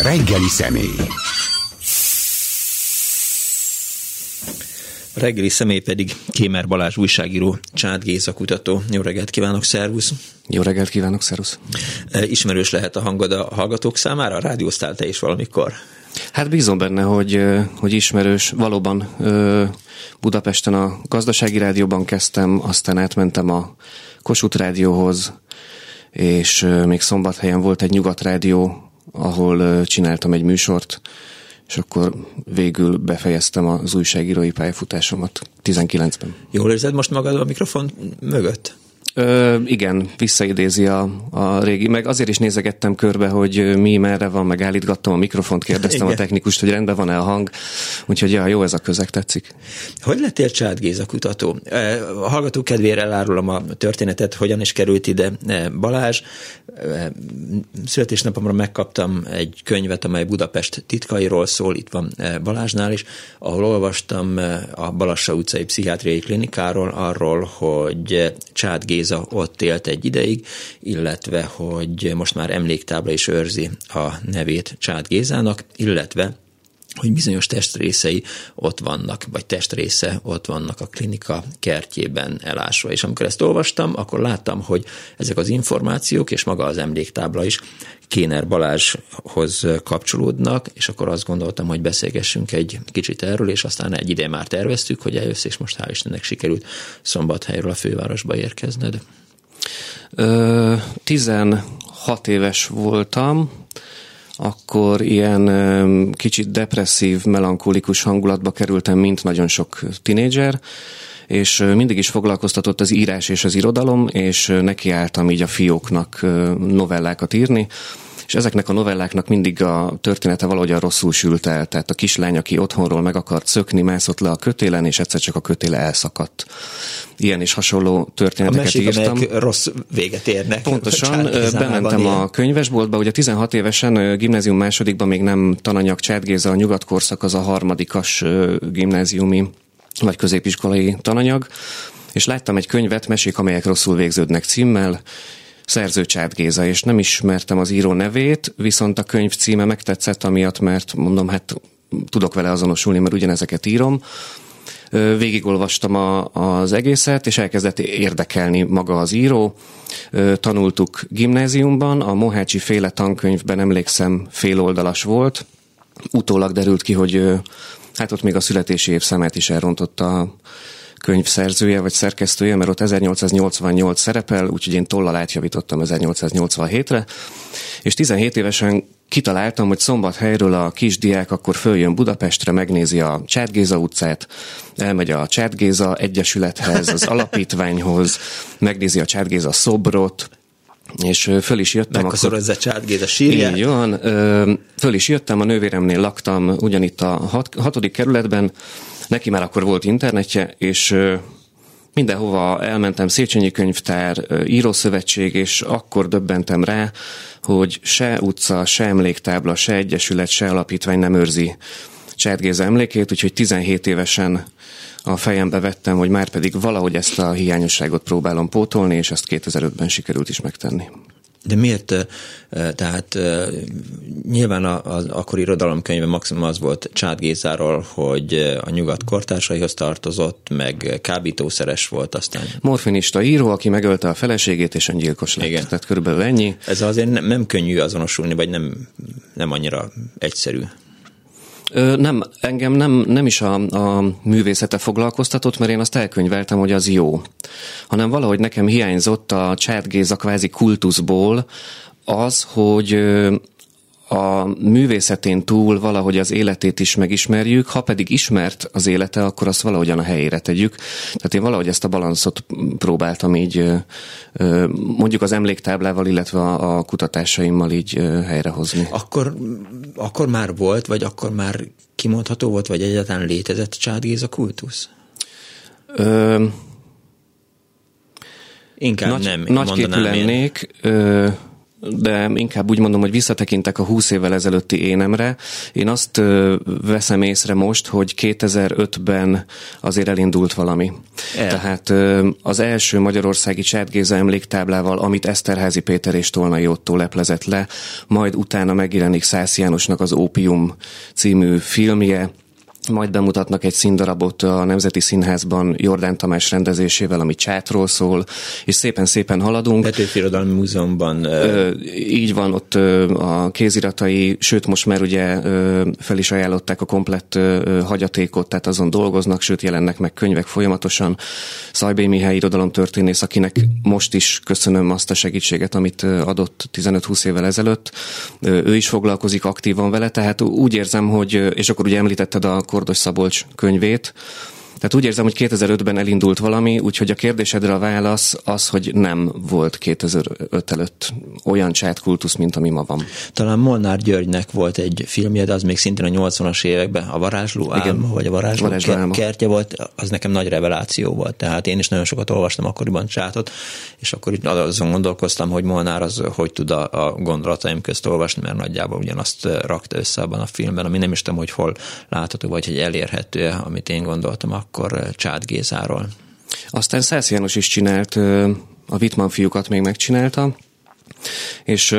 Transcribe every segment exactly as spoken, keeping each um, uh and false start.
Reggeli személy. A reggeli személy pedig Kémer Balázs újságíró, Csád Géza kutató. Jó reggelt kívánok, szervusz! Jó reggelt kívánok, szervusz! Ismerős lehet a hangod a hallgatók számára? Rádióztál te is valamikor? Hát bízom benne, hogy, hogy ismerős. Valóban Budapesten a Gazdasági Rádióban kezdtem, aztán átmentem a Kossuth Rádióhoz, és még Szombathelyen volt egy Nyugatrádió, ahol csináltam egy műsort, és akkor végül befejeztem az újságírói pályafutásomat tizenkilencben. Jól érzed most magad a mikrofon mögött? Ö, igen, visszaidézi a, a régi, meg azért is nézegettem körbe, hogy mi merre van, meg állítgattam a mikrofont, kérdeztem igen. a technikust, hogy rendben van-e a hang, úgyhogy ja, jó, ez a közeg tetszik. Hogy lettél Csád Géza kutató? A hallgató kedvére elárulom a történetet, hogyan is került ide Balázs. Születésnapomra megkaptam egy könyvet, amely Budapest titkairól szól, itt van Balázsnál is, ahol olvastam a Balassa utcai pszichiátriai klinikáról, arról, hogy Csád Géza ott élt egy ideig, illetve, hogy most már emléktábla is őrzi a nevét Csád Gézának, illetve, hogy bizonyos testrészei ott vannak, vagy testrésze ott vannak a klinika kertjében elásva. És amikor ezt olvastam, akkor láttam, hogy ezek az információk, és maga az emléktábla is Kéner Balázshoz kapcsolódnak, és akkor azt gondoltam, hogy beszélgessünk egy kicsit erről, és aztán egy ide már terveztük, hogy eljössz, és most hál' Istennek sikerült Szombathelyről a fővárosba érkezned. Ö, tizenhat éves voltam, akkor ilyen kicsit depresszív, melankolikus hangulatba kerültem, mint nagyon sok tinédzser, és mindig is foglalkoztatott az írás és az irodalom, és nekiálltam így a fióknak novellákat írni, és ezeknek a novelláknak mindig a története valahogyan rosszul sült el, tehát a kislány, aki otthonról meg akart szökni, mászott le a kötélen, és egyszer csak a kötéle elszakadt. Ilyen és hasonló történeteket a mesék, írtam. Rossz véget érnek. Pontosan, bementem ilyen. A könyvesboltba, ugye tizenhat évesen, gimnázium másodikban még nem tananyag, Csád Géza, a nyugatkorszak az a harmadikas gimnáziumi vagy középiskolai tananyag, és láttam egy könyvet, Mesék, amelyek rosszul végződnek címmel, szerző Csád Géza, és nem ismertem az író nevét, viszont a könyv címe megtetszett, amiatt, mert mondom, hát tudok vele azonosulni, mert ugyanezeket írom. Végigolvastam a, az egészet, és elkezdett érdekelni maga az író. Tanultuk gimnáziumban, a Mohácsi féle tankönyvben emlékszem féloldalas volt. Utólag derült ki, hogy hát ott még a születési évszámát is elrontotta a könyv szerzője vagy szerkesztője, mert ott ezernyolcszáznyolcvannyolc szerepel, úgyhogy én tollal átjavítottam ezernyolcszáznyolcvanhétre, és tizenhét évesen kitaláltam, hogy Szombathelyről a kisdiák akkor följön Budapestre, megnézi a Csád Géza utcát, elmegy a Csád Géza Egyesülethez, az alapítványhoz, megnézi a Csád Géza szobrot, és föl is jöttem. Megkoszorozza a Csád Géza sírját. Így van, föl is jöttem, a nővéremnél laktam ugyanitt a hat, hatodik kerületben, neki már akkor volt internetje, és mindenhova elmentem, Széchenyi Könyvtár, Írószövetség, és akkor döbbentem rá, hogy se utca, se emléktábla, se egyesület, se alapítvány nem őrzi Csád Géza emlékét, úgyhogy tizenhét évesen a fejembe vettem, hogy már pedig valahogy ezt a hiányosságot próbálom pótolni, és ezt kétezer-ötben sikerült is megtenni. De miért? Tehát nyilván az akkori irodalomkönyve maximum az volt Csád Gézáról, hogy a nyugat kortársaihoz tartozott, meg kábítószeres volt aztán. Morfinista író, aki megölte a feleségét, és öngyilkos lett. Igen. Tehát körülbelül ennyi. Ez azért nem, nem könnyű azonosulni, vagy nem, nem annyira egyszerű. Nem, engem nem, nem is a, a művészete foglalkoztatott, mert én azt elkönyveltem, hogy az jó. Hanem valahogy nekem hiányzott a Csád Géza kvázi kultuszból az, hogy a művészetén túl valahogy az életét is megismerjük, ha pedig ismert az élete, akkor azt valahogyan a helyére tegyük. Tehát én valahogy ezt a balanszot próbáltam így mondjuk az emléktáblával, illetve a kutatásaimmal így helyrehozni. Akkor, akkor már volt, vagy akkor már kimondható volt, vagy egyáltalán létezett Csád Géza kultusz? Ö, Inkább nagy, nem. Nagyképű lennék. Ö, de inkább úgy mondom, hogy visszatekintek a húsz évvel ezelőtti énemre. Én azt veszem észre most, hogy kétezer-ötben azért elindult valami. El. Tehát az első magyarországi Csád Géza emléktáblával, amit Eszterházy Péter és Tolnai Ottó leplezett le, majd utána megjelenik Szász Jánosnak az Ópium című filmje, majd bemutatnak egy színdarabot a Nemzeti Színházban Jordán Tamás rendezésével, ami Csátról szól, és szépen-szépen haladunk. Petőfi Irodalmi Múzeumban. Ö, így van, ott ö, a kéziratai, sőt most már ugye ö, fel is ajánlották a komplett ö, hagyatékot, tehát azon dolgoznak, sőt jelennek meg könyvek folyamatosan. Szajbély Mihály irodalomtörténész, akinek most is köszönöm azt a segítséget, amit adott tizenöt-húsz évvel ezelőtt. Ö, ő is foglalkozik aktívan vele, tehát úgy érzem, hogy, és akkor ugye említetted a Kordos Szabolcs könyvét. Tehát úgy érzem, hogy kétezer-ötben elindult valami, úgyhogy a kérdésedre a válasz az, hogy nem volt kétezer-öt előtt olyan csátkultusz, mint ami ma van. Talán Molnár Györgynek volt egy filmje, de az még szintén a nyolcvanas években, a Varázsló álma, vagy a Varázsló, Varázsló kertje volt, az nekem nagy reveláció volt. Tehát én is nagyon sokat olvastam akkoriban csátot, és akkor itt azon gondolkoztam, hogy Molnár az hogy tud a, a gondolataim közt olvasni, mert nagyjából ugyanazt rakta össze abban a filmben, ami nem is tudom, hogy hol látható, vagy hogy elérhető, amit én gondoltam akkor Csád Gézáról. Aztán Szász János is csinált, a Wittmann fiúkat még megcsinálta, és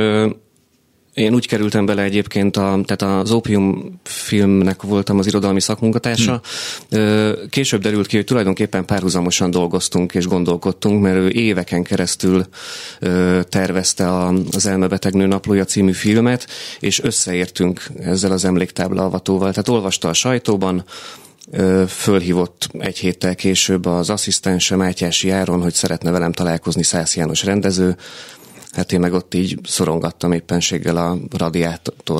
én úgy kerültem bele egyébként, a, tehát az Ópium filmnek voltam az irodalmi szakmunkatársa. Hmm. Később derült ki, hogy tulajdonképpen párhuzamosan dolgoztunk és gondolkodtunk, mert ő éveken keresztül tervezte az Elmebetegnő naplója című filmet, és összeértünk ezzel az emléktábla avatóval. Tehát olvasta a sajtóban, fölhívott egy héttel később az asszisztense Mátyási Áron, hogy szeretne velem találkozni Szász János rendező. Hát én meg ott így szorongattam éppenséggel a radiátor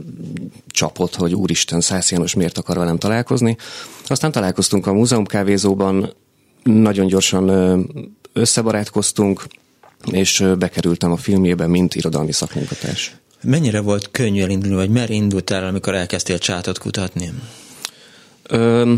csapot, hogy úristen, Szász János miért akar velem találkozni. Aztán találkoztunk a múzeumkávézóban, nagyon gyorsan összebarátkoztunk, és bekerültem a filmjébe, mint irodalmi szakmunkatárs. Mennyire volt könnyű elindulni, vagy merre indult el, amikor elkezdtél csátot kutatni? Ö,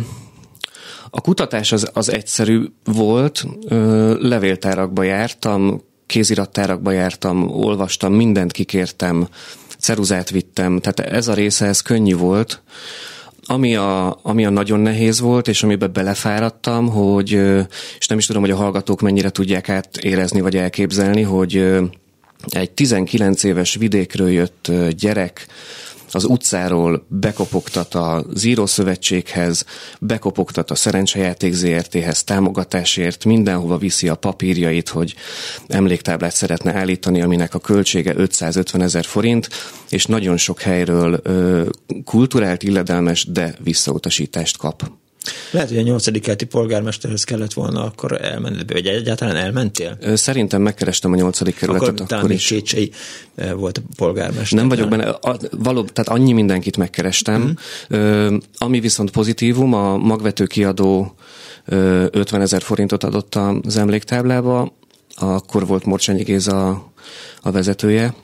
a kutatás az, az egyszerű volt, ö, levéltárakba jártam, kézirattárakba jártam, olvastam, mindent kikértem, ceruzát vittem, tehát ez a része, ez könnyű volt. Ami a, ami a nagyon nehéz volt, és amiben belefáradtam, hogy, és nem is tudom, hogy a hallgatók mennyire tudják átérezni, vagy elképzelni, hogy egy tizenkilenc éves vidékről jött gyerek az utcáról bekopogtat az Írószövetséghez, bekopogtat a Szerencsejáték zé er té-hez támogatásért, mindenhova viszi a papírjait, hogy emléktáblát szeretne állítani, aminek a költsége ötszázötvenezer forint, és nagyon sok helyről ö, kulturált, illedelmes, de visszautasítást kap. Lehet, hogy a nyolcadik kerületi polgármesterhez kellett volna akkor elmenni, vagy egyáltalán elmentél? Szerintem megkerestem a nyolcadik kerületet akkor, akkor, akkor is. Kécsei volt a polgármester. Nem vagyok benne, a, való, tehát annyi mindenkit megkerestem. Mm. Ö, ami viszont pozitívum, a magvető kiadó ötvenezer forintot adott az emléktáblába, akkor volt Morcsányi Géza a, a vezetője.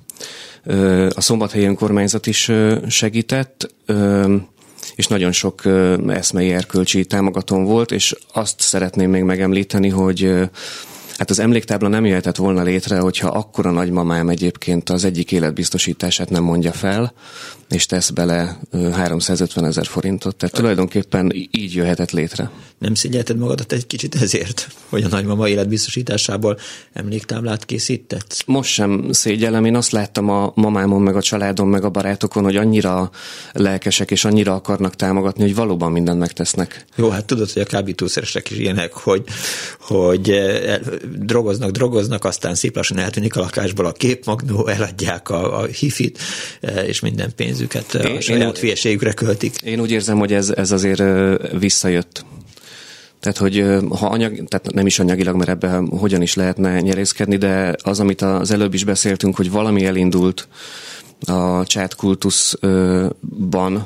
Ö, a szombathelyi önkormányzat is segített, ö, és nagyon sok uh, eszmei erkölcsi támogatón volt, és azt szeretném még megemlíteni, hogy uh, hát az emléktábla nem jöhetett volna létre, hogyha akkora nagymamám egyébként az egyik életbiztosítását nem mondja fel, és tesz bele uh, háromszázötvenezer forintot, tehát tulajdonképpen így jöhetett létre. Nem szégyelted magadat egy kicsit ezért, hogy a nagymama életbiztosításából emléktáblát készített? Most sem szégyellem, én azt láttam a mamámon, meg a családom, meg a barátokon, hogy annyira lelkesek és annyira akarnak támogatni, hogy valóban mindent megtesznek. Jó, hát tudod, hogy a kábítószeresek is ilyenek, hogy, hogy drogoznak, drogoznak, aztán szép lassan eltűnik a lakásból a képmagnó, eladják a, a hifit, és minden pénzüket a én, saját fieségükre költik. Én úgy érzem, hogy ez, ez azért visszajött. Tehát, hogy ha anyag, tehát nem is anyagilag, mert ebben hogyan is lehetne nyerészkedni, de az, amit az előbb is beszéltünk, hogy valami elindult a csátkultuszban,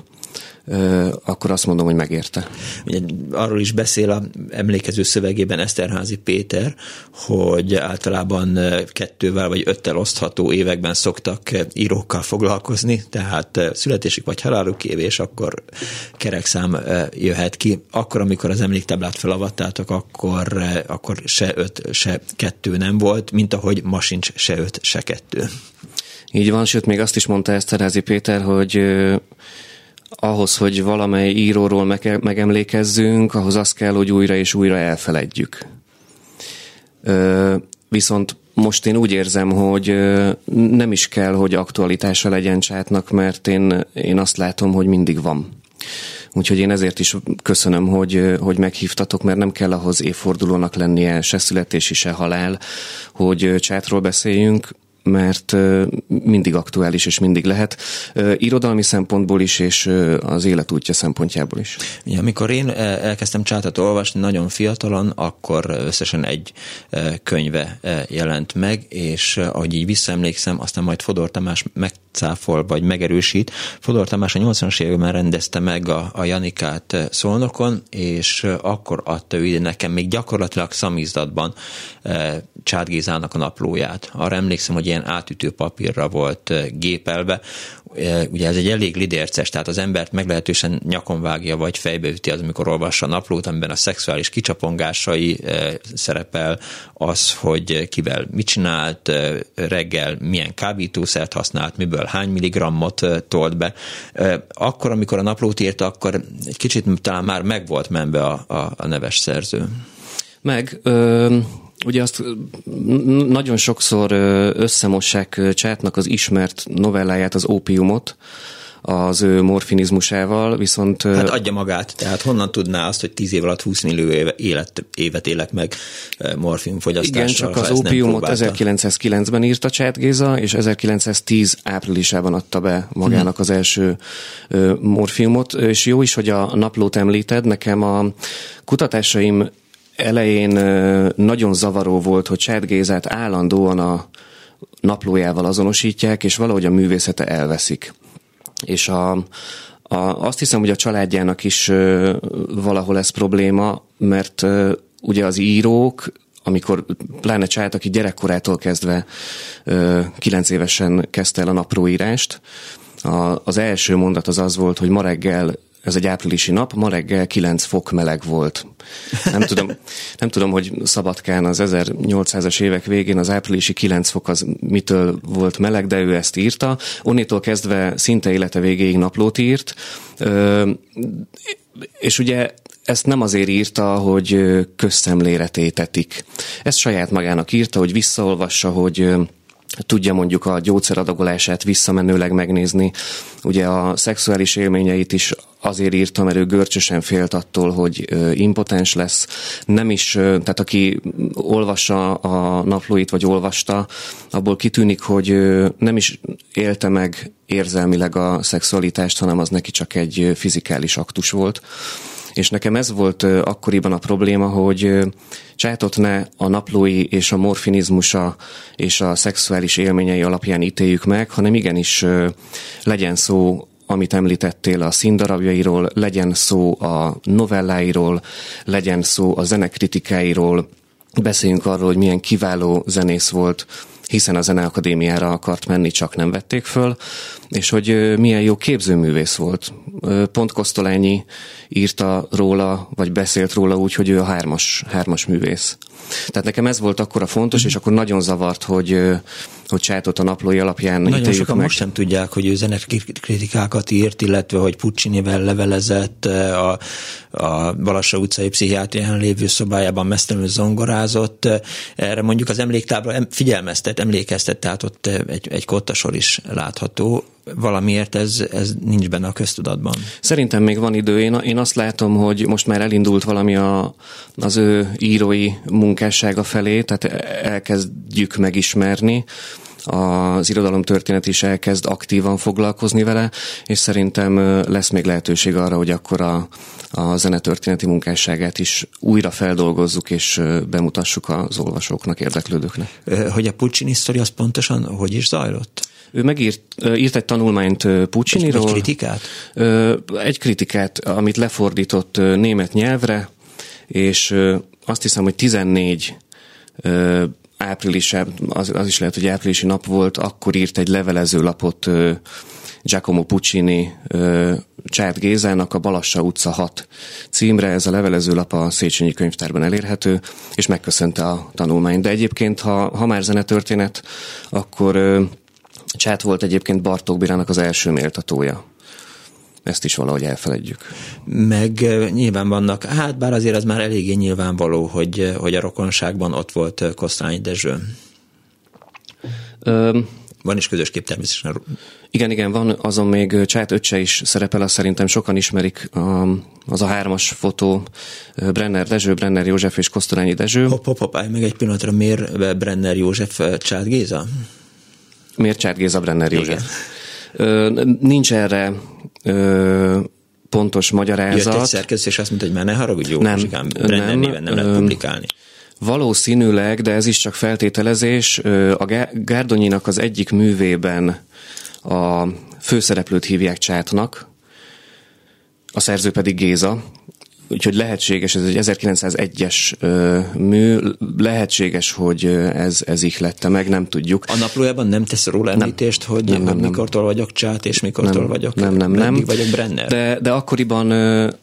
akkor azt mondom, hogy megérte. Ugye, arról is beszél a emlékező szövegében Eszterházy Péter, hogy általában kettővel vagy öttel osztható években szoktak írókkal foglalkozni, tehát születésük vagy haláluk év, és akkor kerekszám jöhet ki. Akkor, amikor az emléktáblát felavattátok, akkor, akkor se öt, se kettő nem volt, mint ahogy ma sincs se öt, se kettő. Így van, sőt még azt is mondta Eszterházy Péter, hogy uh, ahhoz, hogy valamely íróról meg- megemlékezzünk, ahhoz az kell, hogy újra és újra elfeledjük. Uh, viszont most én úgy érzem, hogy uh, nem is kell, hogy aktualitása legyen Csátnak, mert én, én azt látom, hogy mindig van. Úgyhogy én ezért is köszönöm, hogy, hogy meghívtatok, mert nem kell ahhoz évfordulónak lennie se születési, se halál, hogy Csátról beszéljünk, mert mindig aktuális és mindig lehet, irodalmi szempontból is, és az életútja szempontjából is. Ja, amikor én elkezdtem Csátot olvasni nagyon fiatalon, akkor összesen egy könyve jelent meg, és ahogy így visszaemlékszem, aztán majd Fodor Tamás megcáfol, vagy megerősít. Fodor Tamás a nyolcvanas években rendezte meg a, a Janikát Szolnokon, és akkor adta ő ide nekem még gyakorlatilag szamizdatban Csát Gézának a naplóját. Arra emlékszem, hogy ilyen átütő papírra volt gépelve. Ugye ez egy elég lidérces, tehát az embert meglehetősen nyakon vágja, vagy fejbe üti az, amikor olvassa a naplót, amiben a szexuális kicsapongásai szerepel, az, hogy kivel mit csinált, reggel milyen kábítószert használt, miből hány milligrammot tolt be. Akkor, amikor a naplót írta, akkor egy kicsit talán már meg volt menve a, a, a neves szerző. Meg... Ö... Ugye azt nagyon sokszor összemossák Csátnak az ismert novelláját, az Ópiumot, az ő morfinizmusával, viszont... Hát adja magát, tehát honnan tudná azt, hogy tíz év alatt húsz millió éve, élet, évet élek meg morfinfogyasztással? Igen, csak az Ópiumot ezerkilencszázkilencben írta Csát Géza, és ezerkilencszáztíz áprilisában adta be magának az első morfiumot, és jó is, hogy a naplót említed, nekem a kutatásaim elején nagyon zavaró volt, hogy Csát Gézát állandóan a naplójával azonosítják, és valahogy a művészete elveszik. És a, a, azt hiszem, hogy a családjának is valahol ez probléma, mert ugye az írók, amikor pláne Csát, aki gyerekkorától kezdve kilenc évesen kezdte el a naplóírást, a, az első mondat az az volt, hogy ma reggel, ez egy áprilisi nap, ma reggel kilenc fok meleg volt. Nem tudom, nem tudom, hogy Szabadkán az ezernyolcszázas évek végén az áprilisi kilenc fok az mitől volt meleg, de ő ezt írta. Onnétól kezdve szinte élete végéig naplót írt, és ugye ezt nem azért írta, hogy közszemlére tétetik. Ezt saját magának írta, hogy visszaolvassa, hogy tudja mondjuk a gyógyszeradagolását visszamenőleg megnézni. Ugye a szexuális élményeit is azért írta, mert ő görcsösen félt attól, hogy impotens lesz. Nem is, tehát aki olvassa a naplóit, vagy olvasta, abból kitűnik, hogy nem is élte meg érzelmileg a szexualitást, hanem az neki csak egy fizikális aktus volt. És nekem ez volt akkoriban a probléma, hogy Csátot ne a naplói és a morfinizmusa és a szexuális élményei alapján ítéljük meg, hanem igenis legyen szó, amit említettél, a színdarabjairól, legyen szó a novelláiról, legyen szó a zenekritikáiról, beszéljünk arról, hogy milyen kiváló zenész volt, hiszen a Zeneakadémiára akart menni, csak nem vették föl, és hogy milyen jó képzőművész volt. Pont Kosztolányi írta róla, vagy beszélt róla úgy, hogy ő a hármas, hármas művész. Tehát nekem ez volt akkora fontos, és akkor nagyon zavart, hogy, hogy Csátot a naplói alapján nagyon ítéljük sokan meg. Most sem tudják, hogy ő zenekritikákat írt, illetve hogy Puccinivel levelezett, a, a Balassa utcai pszichiátrián lévő szobájában mesztelenül zongorázott. Erre mondjuk az emléktábla figyelmeztet, emlékeztet, tehát ott egy, egy kottasor is látható. Valamiért ez, ez nincs benne a köztudatban. Szerintem még van idő. Én, én azt látom, hogy most már elindult valami a, az ő írói munkássága felé, tehát elkezdjük megismerni. Az irodalomtörténet is elkezd aktívan foglalkozni vele, és szerintem lesz még lehetőség arra, hogy akkor a, a zenetörténeti munkásságát is újra feldolgozzuk, és bemutassuk az olvasóknak, érdeklődőknek. Hogy a Puccini sztori az pontosan hogy is zajlott? Ő megírt írt egy tanulmányt Pucciniról. Egy kritikát? Egy kritikát, amit lefordított német nyelvre, és azt hiszem, hogy tizennégy áprilisában, az, az is lehet, hogy áprilisi nap volt, akkor írt egy levelezőlapot Giacomo Puccini Csát Gézának, a Balassa utca hat címre. Ez a levelezőlap a Széchenyi Könyvtárban elérhető, és megköszönte a tanulmányt. De egyébként, ha, ha már zenetörténet, akkor Csát volt egyébként Bartók Bélának az első méltatója. Ezt is valahogy elfeledjük. Meg nyilván vannak, hát bár azért az már eléggé nyilvánvaló, hogy, hogy a rokonságban ott volt Kosztolányi Dezső. Ö, van is közös kép természetesen. Igen, igen, van azon még Csát öccse is szerepel, azt szerintem sokan ismerik, az a hármas fotó, Brenner Dezső, Brenner József és Kosztolányi Dezső. Hopp, hopp, hopp, állj meg egy pillanatra, miért Brenner József, Csát Géza? Miért Csát Géza, Brenner József? Ö, nincs erre ö, pontos magyarázat. Jött egy szerkesztő, és azt mondta, hogy már ne haragudj, jó, nem, muzsikám, Brenner nem, néven nem lehet publikálni. Valószínűleg, de ez is csak feltételezés, a Gárdonyinak az egyik művében a főszereplőt hívják Csátnak, a szerző pedig Géza, úgyhogy lehetséges, ez egy ezerkilencszázegyes mű, lehetséges, hogy ez, ez ihlette meg, nem tudjuk. A naplójában nem tesz róla említést, hogy nem, nem, mikortól vagyok Csát, és mikortól nem, vagyok, nem, nem, nem. vagyok Brenner? De, de akkoriban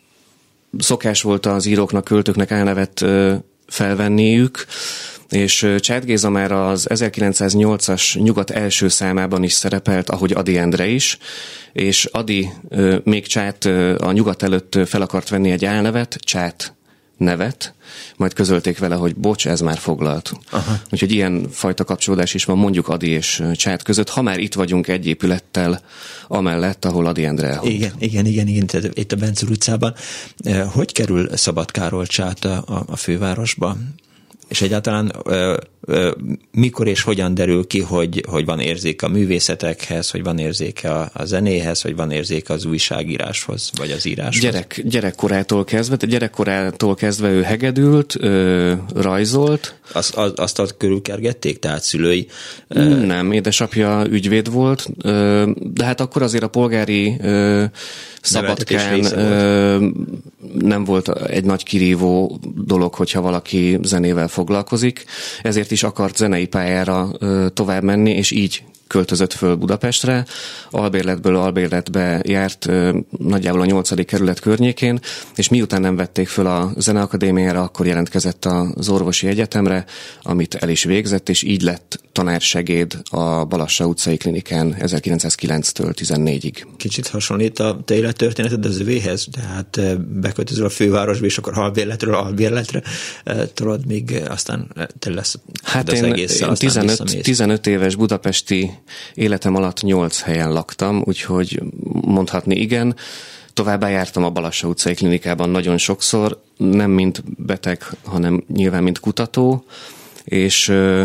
szokás volt az íróknak, költőknek álnevet felvenniük, és Csát Géza már az ezerkilencszáznyolcas Nyugat első számában is szerepelt, ahogy Ady Endre is, és Ady még Csát a Nyugat előtt fel akart venni egy álnevet, Csát nevet, majd közölték vele, hogy bocs, ez már foglalt. Aha. Úgyhogy ilyen fajta kapcsolódás is van mondjuk Ady és Csát között, ha már itt vagyunk egy épülettel amellett, ahol Ady Endre elhunyt. Igen, igen, igen, igen, tehát itt a Bencül utcában. Hogy kerül Szabadkáról Csát a, a fővárosba? És egyáltalán ö, ö, mikor és hogyan derül ki, hogy, hogy van érzéke a művészetekhez, hogy van érzéke a, a zenéhez, hogy van érzéke az újságíráshoz, vagy az íráshoz? Gyerek, gyerekkorától kezdve, gyerekkorától kezdve ő hegedült, ö, rajzolt. Azt, az, azt azt körülkergették, tehát szülői? Ö... Nem, édesapja ügyvéd volt, ö, de hát akkor azért a polgári ö, Szabadkán ö, nem volt egy nagy kirívó dolog, hogyha valaki zenével foglalkozik, ezért is akart zenei pályára ö, tovább menni, és így költözött föl Budapestre, albérletből albérletbe járt ö, nagyjából a nyolcadik kerület környékén, és miután nem vették föl a Zeneakadémiára, akkor jelentkezett az orvosi egyetemre, amit el is végzett, és így lett tanársegéd a Balassa utcai klinikán ezerkilencszázkilenctől tizennégyig. Kicsit hasonlít a te élettörténeted az övéhez, tehát beköltözöl a fővárosba, és akkor albérletről albérletre tolod, míg aztán te lesz hát az én, egész, én tizenöt, tizenöt éves budapesti életem alatt nyolc helyen laktam, úgyhogy mondhatni igen. Továbbá jártam a Balassa utcai klinikában nagyon sokszor, nem mint beteg, hanem nyilván mint kutató, és euh,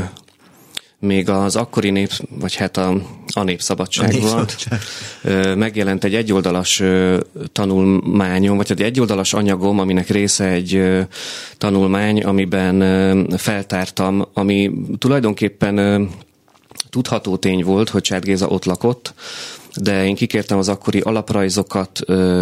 még az akkori nép, vagy hát a, a Népszabadságban euh, megjelent egy egyoldalas euh, tanulmányom, vagy egy egyoldalas anyagom, aminek része egy euh, tanulmány, amiben euh, feltártam, ami tulajdonképpen euh, tudható tény volt, hogy Csát Géza ott lakott, de én kikértem az akkori alaprajzokat,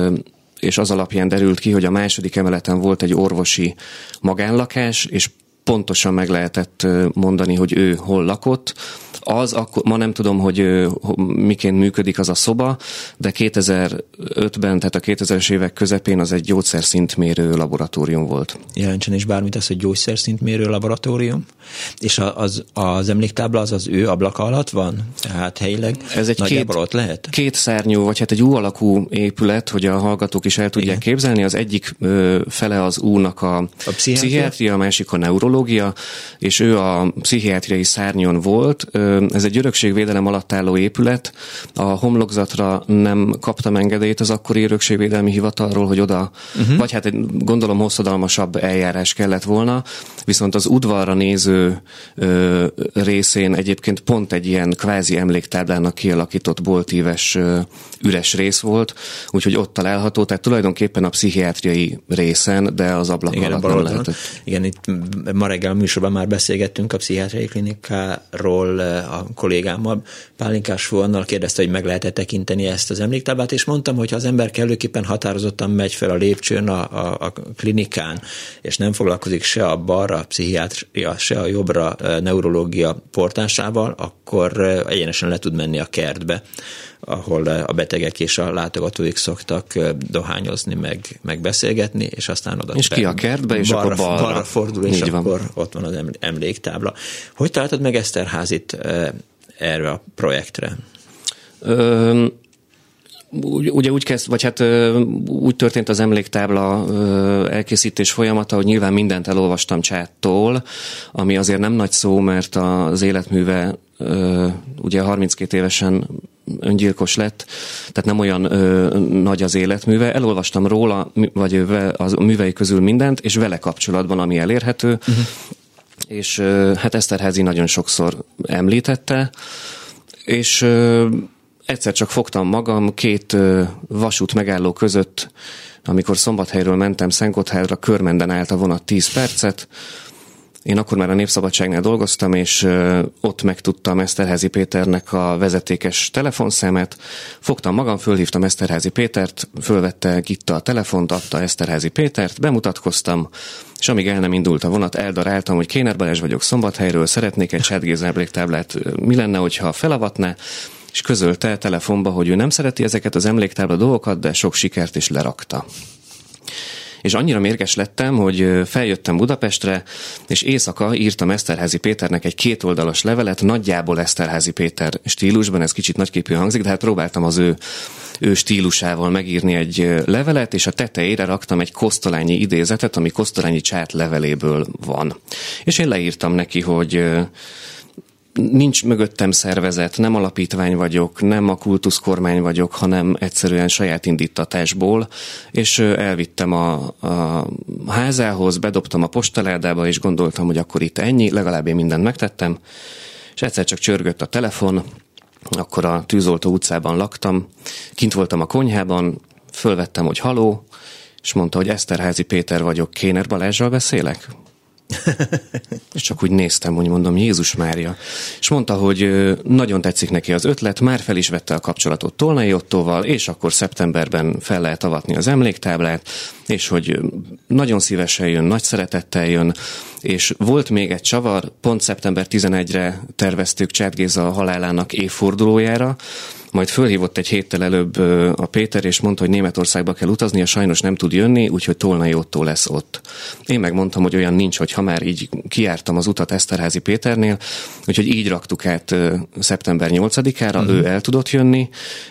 és az alapján derült ki, hogy a második emeleten volt egy orvosi magánlakás, és pontosan meg lehetett mondani, hogy ő hol lakott. Az, akkor, ma nem tudom, hogy miként működik az a szoba, de kétezer-ötben, tehát a kétezres évek közepén az egy gyógyszerszintmérő laboratórium volt. Jelentsen is bármit az, hogy gyógyszerszintmérő laboratórium, és az, az emléktábla az az ő ablaka alatt van? Tehát helyileg ez egy nagyjából két, ott lehet? Két szárnyú, vagy hát egy U-alakú épület, hogy a hallgatók is el tudják Igen. képzelni. Az egyik ö, fele az U-nak a, a pszichiátria? pszichiátria, a másik a neurológia, és ő a pszichiátriai szárnyon volt. Ö, Ez egy örökségvédelem alatt álló épület. A homlokzatra nem kaptam engedélyt az akkori örökségvédelmi hivatalról, hogy oda, uh-huh. vagy hát egy gondolom hosszadalmasabb eljárás kellett volna, viszont az udvarra néző ö, részén egyébként pont egy ilyen kvázi emléktáblának kialakított boltíves ö, üres rész volt, úgyhogy ott található, tehát tulajdonképpen a pszichiátriai részen, de az ablak Igen, alatt nem lehetett. Igen, itt ma reggel a műsorban már beszélgettünk a pszichiátriai klinikáról, a kollégámmal, Pálinkás Fuannal kérdezte, hogy meg lehet-e tekinteni ezt az emléktáblát, és mondtam, hogy ha az ember kellőképpen határozottan megy fel a lépcsőn a, a, a klinikán, és nem foglalkozik se a balra, a pszichiátria, se a jobbra a neurológia portásával, akkor egyenesen le tud menni a kertbe, ahol a betegek és a látogatóik szoktak dohányozni, meg, meg beszélgetni, és aztán oda és ki a kertbe, és balra, akkor balra. balra fordul, és Így akkor van. ott van az emléktábla. Hogy találtad meg Eszterházit? erre a projektre? Ö, ugye úgy kezd, vagy hát úgy történt az emléktábla elkészítés folyamata, hogy nyilván mindent elolvastam Csáttól, ami azért nem nagy szó, mert az életműve ugye harminckét évesen öngyilkos lett, tehát nem olyan ö, nagy az életműve. Elolvastam róla, vagy a művei közül mindent, és vele kapcsolatban, ami elérhető, uh-huh. és ö, hát Eszterházy nagyon sokszor említette, és ö, egyszer csak fogtam magam két ö, vasút megálló között, amikor Szombathelyről mentem Szentgotthárra, Körmenden állt a vonat tíz percet. Én akkor már a Népszabadságnál dolgoztam, és ö, ott megtudtam Eszterházy Péternek a vezetékes telefonszámát. Fogtam magam, fölhívtam Eszterházy Pétert, fölvette Gitta a telefont, adta Eszterházy Pétert, bemutatkoztam, és amíg el nem indult a vonat, eldaráltam, hogy Kéner Balázs vagyok Szombathelyről, szeretnék egy Csád Géza emléktáblát, mi lenne, hogyha felavatná, és közölte telefonba, hogy ő nem szereti ezeket az emléktábla dolgokat, de sok sikert is lerakta. És annyira mérges lettem, hogy feljöttem Budapestre, és éjszaka írtam Eszterházy Péternek egy kétoldalas levelet, nagyjából Eszterházy Péter stílusban, ez kicsit nagyképű hangzik, de hát próbáltam az ő, ő stílusával megírni egy levelet, és a tetejére raktam egy Kosztolányi idézetet, ami Kosztolányi Csát leveléből van. És én leírtam neki, hogy nincs mögöttem szervezet, nem alapítvány vagyok, nem a kultuszkormány vagyok, hanem egyszerűen saját indítatásból, és elvittem a, a házához, bedobtam a postaládába, és gondoltam, hogy akkor itt ennyi, legalább én mindent megtettem, és egyszer csak csörgött a telefon, akkor a Tűzoltó utcában laktam, kint voltam a konyhában, fölvettem, hogy haló, és mondta, hogy Eszterházy Péter vagyok, Kéner Balázsral beszélek? És csak úgy néztem, hogy mondom, Jézus Mária. És mondta, hogy nagyon tetszik neki az ötlet, már fel is vette a kapcsolatot Tolnai Ottóval, és akkor szeptemberben fel lehet avatni az emléktáblát, és hogy nagyon szívesen jön, nagy szeretettel jön, és volt még egy csavar, pont szeptember tizenegyedikére terveztük Csád Géza halálának évfordulójára, majd fölhívott egy héttel előbb a Péter, és mondta, hogy Németországba kell utaznia, sajnos nem tud jönni, úgyhogy Tolnai Ottó lesz ott. Én megmondtam, hogy olyan nincs, hogy ha már így kijártam az utat Eszterházy Péternél, úgyhogy így raktuk át szeptember nyolcadikára, mm. ő el tudott jönni,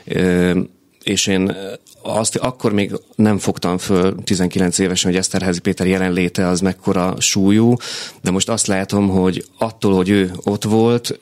és én azt akkor még nem fogtam föl tizenkilenc évesen, hogy Eszterházy Péter jelenléte az mekkora súlyú, de most azt látom, hogy attól, hogy ő ott volt,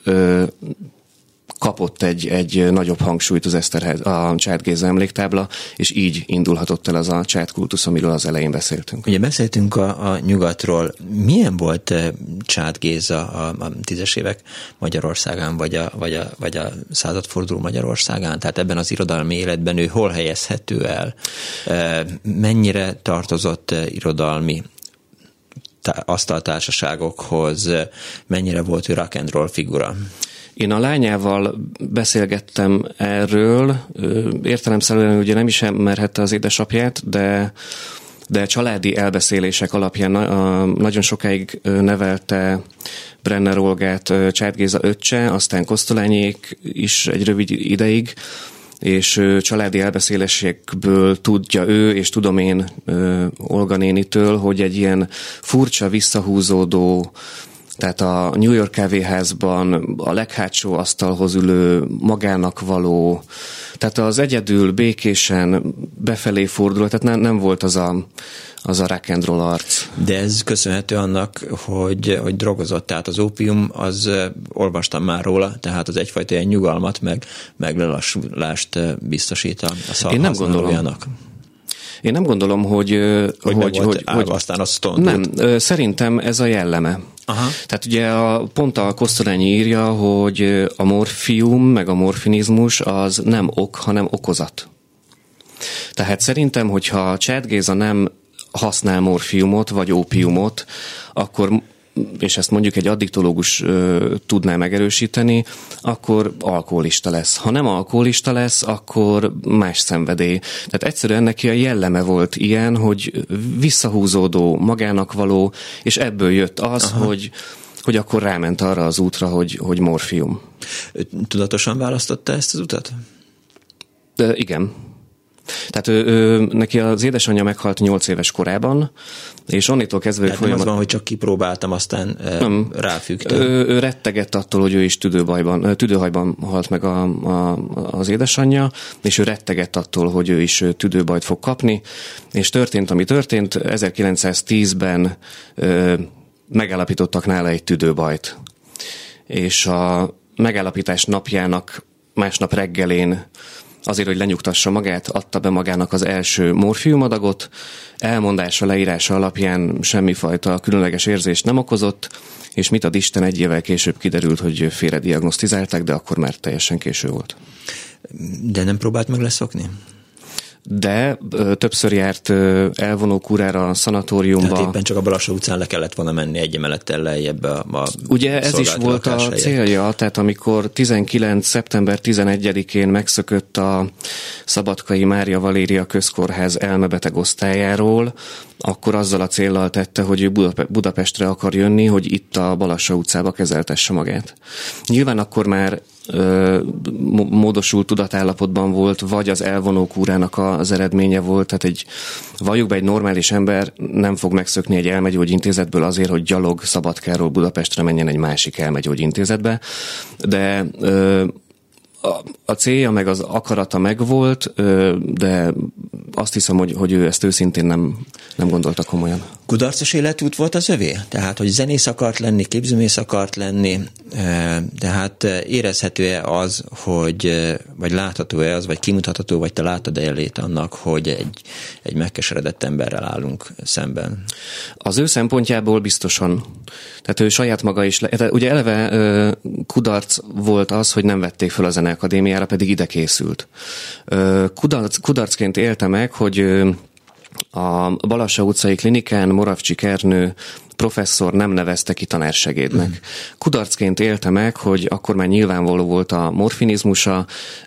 kapott egy, egy nagyobb hangsúlyt az Eszterházy, a Csád Géza emléktábla, és így indulhatott el az a Csád kultusz, amiről az elején beszéltünk. Ugye beszéltünk a, a nyugatról. Milyen volt Csád Géza a, a tízes évek Magyarországán, vagy a, vagy, a, vagy a századforduló Magyarországán? Tehát ebben az irodalmi életben ő hol helyezhető el? Mennyire tartozott irodalmi asztaltársaságokhoz? Mennyire volt ő rock and roll figura? Én a lányával beszélgettem erről, értelemszerűen ugye nem ismerhette az édesapját, de, de családi elbeszélések alapján nagyon sokáig nevelte Brenner Olgát Csád Géza öccse, aztán Kosztolányék is egy rövid ideig, és családi elbeszélésekből tudja ő, és tudom én Olga nénitől, hogy egy ilyen furcsa, visszahúzódó, tehát a New York kávéházban a leghátsó asztalhoz ülő, magának való, tehát az egyedül, békésen befelé forduló, tehát nem, nem volt az a, az a rock and roll arc. De ez köszönhető annak, hogy, hogy drogozott, tehát az ópium, az olvastam már róla, tehát az egyfajta ilyen nyugalmat, meg, meg lelassulást biztosít a, a szal használójának. Én nem gondolom, hogy... Hogy, hogy, hogy, hogy aztán a Stone. Nem, szerintem ez a jelleme. Aha. Tehát ugye a, pont a Kosztolányi írja, hogy a morfium, meg a morfinizmus az nem ok, hanem okozat. Tehát szerintem, hogyha Csád Géza nem használ morfiumot, vagy ópiumot, akkor, és ezt mondjuk egy addiktológus ö, tudná megerősíteni, akkor alkoholista lesz. Ha nem alkoholista lesz, akkor más szenvedély. Tehát egyszerűen neki a jelleme volt ilyen, hogy visszahúzódó, magának való, és ebből jött az, Aha. hogy hogy akkor ráment arra az útra, hogy, hogy morfium. Tudatosan választotta ezt az utat? De igen. Tehát ő, ő, neki az édesanyja meghalt nyolc éves korában, és onnétól kezdve... Tehát folyamat... nem az van, hogy csak kipróbáltam, aztán nem, ráfügtem. Ő, ő rettegett attól, hogy ő is tüdőbajban, tüdőhajban halt meg a, a, az édesanyja, és ő rettegett attól, hogy ő is tüdőbajt fog kapni, és történt, ami történt. ezerkilencszáztízben ö, megállapítottak nála egy tüdőbajt, és a megállapítás napjának másnap reggelén azért, hogy lenyugtassa magát, adta be magának az első morfiumadagot, elmondása, leírása alapján semmifajta különleges érzést nem okozott, és mit ad Isten, egy évvel később kiderült, hogy félrediagnosztizálták, de akkor már teljesen késő volt. De nem próbált meg leszokni? De ö, többször járt ö, elvonó kúrára a szanatóriumba. Tehát éppen csak a Balassa utcán le kellett volna menni egy emelettel lejjebb a, a Ugye ez is volt a célja, tehát amikor tizenkilenc szeptember tizenegyedikén megszökött a Szabadkai Mária Valéria Közkórház elmebeteg osztályáról, akkor azzal a céllal tette, hogy ő Budapestre akar jönni, hogy itt a Balassa utcába kezeltesse magát. Nyilván akkor már ö, módosult tudatállapotban volt, vagy az elvonó kúrának az eredménye volt, tehát egy, valljuk be, egy normális ember nem fog megszökni egy elmegyógyintézetből azért, hogy gyalog Szabadkáról Budapestre menjen egy másik elmegyógyintézetbe, de ö, A, a célja meg az akarata megvolt, de azt hiszem, hogy, hogy ő ezt őszintén nem, nem gondolta komolyan. Kudarcos életút volt az övé? Tehát, hogy zenész akart lenni, képzőmész akart lenni, tehát érezhető-e az, hogy, vagy látható-e az, vagy kimutatható, vagy te látod elét annak, hogy egy, egy megkeseredett emberrel állunk szemben? Az ő szempontjából biztosan. Tehát ő saját maga is, le, ugye eleve kudarc volt az, hogy nem vették fel a Zeneakadémiára, pedig ide készült. Kudarc, kudarcként élte meg, hogy a Balassa utcai klinikán Moravcsik Ernő professzor nem nevezte ki tanársegédnek. Mm. Kudarcként élte meg, hogy akkor már nyilvánvaló volt a morfinizmusa,